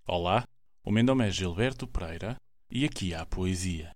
Olá, o meu nome é Gilberto Pereira e aqui há poesia.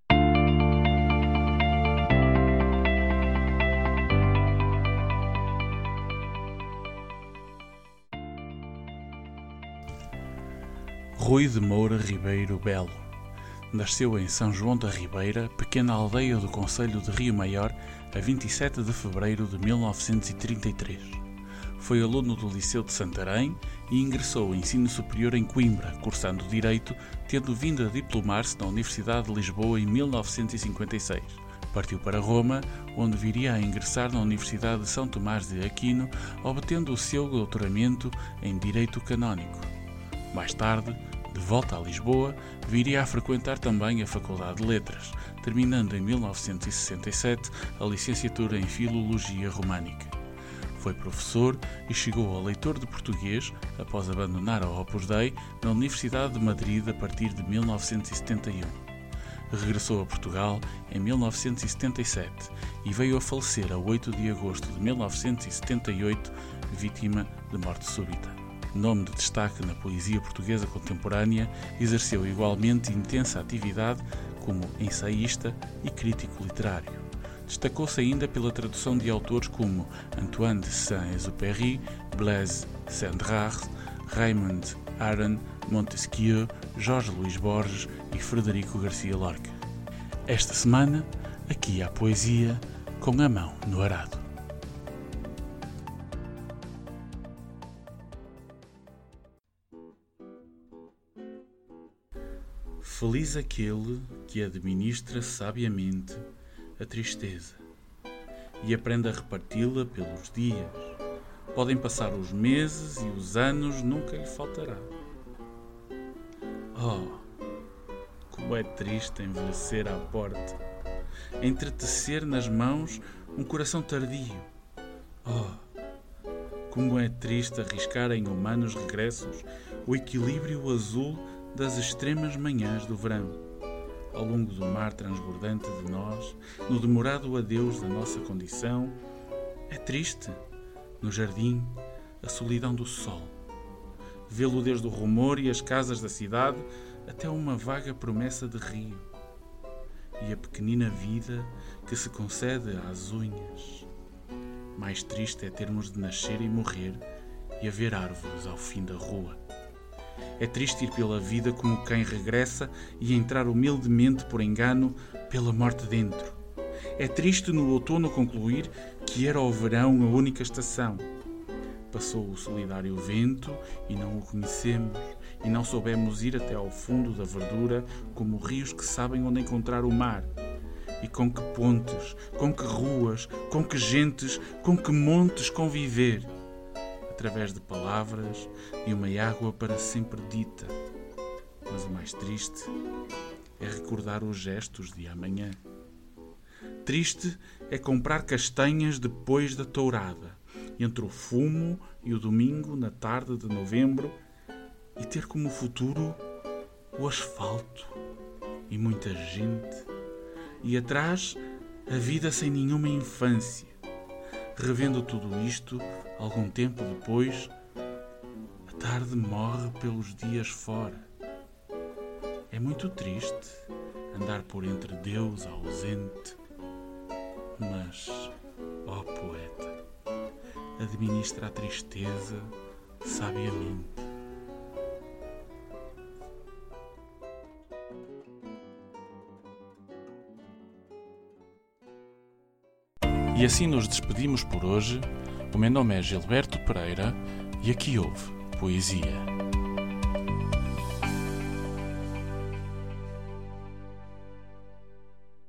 Rui de Moura Ribeiro Belo nasceu em São João da Ribeira, pequena aldeia do concelho de Rio Maior, a 27 de fevereiro de 1933. Foi aluno do Liceu de Santarém e ingressou ao ensino superior em Coimbra, cursando Direito, tendo vindo a diplomar-se na Universidade de Lisboa em 1956. Partiu para Roma, onde viria a ingressar na Universidade de São Tomás de Aquino, obtendo o seu doutoramento em Direito Canónico. Mais tarde, de volta a Lisboa, viria a frequentar também a Faculdade de Letras, terminando em 1967 a licenciatura em Filologia Românica. Foi professor e chegou a leitor de português após abandonar a Opus Dei na Universidade de Madrid a partir de 1971. Regressou a Portugal em 1977 e veio a falecer a 8 de agosto de 1978, vítima de morte súbita. Nome de destaque na poesia portuguesa contemporânea, exerceu igualmente intensa atividade como ensaísta e crítico literário. Destacou-se ainda pela tradução de autores como Antoine de Saint-Exupéry, Blaise Cendrars, Raymond Aron, Montesquieu, Jorge Luís Borges e Frederico Garcia Lorca. Esta semana, aqui há poesia com a mão no arado. Feliz aquele que administra sabiamente a tristeza e aprende a reparti-la pelos dias. Podem passar os meses e os anos, nunca lhe faltará. Oh, como é triste envelhecer à porta, entretecer nas mãos um coração tardio. Oh, como é triste arriscar em humanos regressos o equilíbrio azul das extremas manhãs do verão, ao longo do mar transbordante de nós, no demorado adeus da nossa condição. É triste, no jardim, a solidão do sol, vê-lo desde o rumor e as casas da cidade até uma vaga promessa de rio, e a pequenina vida que se concede às unhas. Mais triste é termos de nascer e morrer e haver árvores ao fim da rua. É triste ir pela vida como quem regressa e entrar humildemente por engano pela morte dentro. É triste no outono concluir que era o verão a única estação. Passou o solidário vento e não o conhecemos, e não soubemos ir até ao fundo da verdura como rios que sabem onde encontrar o mar. E com que pontes, com que ruas, com que gentes, com que montes conviver, através de palavras e uma água para sempre dita. Mas o mais triste é recordar os gestos de amanhã. Triste é comprar castanhas depois da tourada, entre o fumo e o domingo na tarde de novembro, e ter como futuro o asfalto e muita gente, e atrás a vida sem nenhuma infância. Revendo tudo isto, algum tempo depois, a tarde morre pelos dias fora. É muito triste andar por entre Deus ausente, mas, ó poeta, administra a tristeza sabiamente. E assim nos despedimos por hoje. O meu nome é Gilberto Pereira e aqui houve poesia.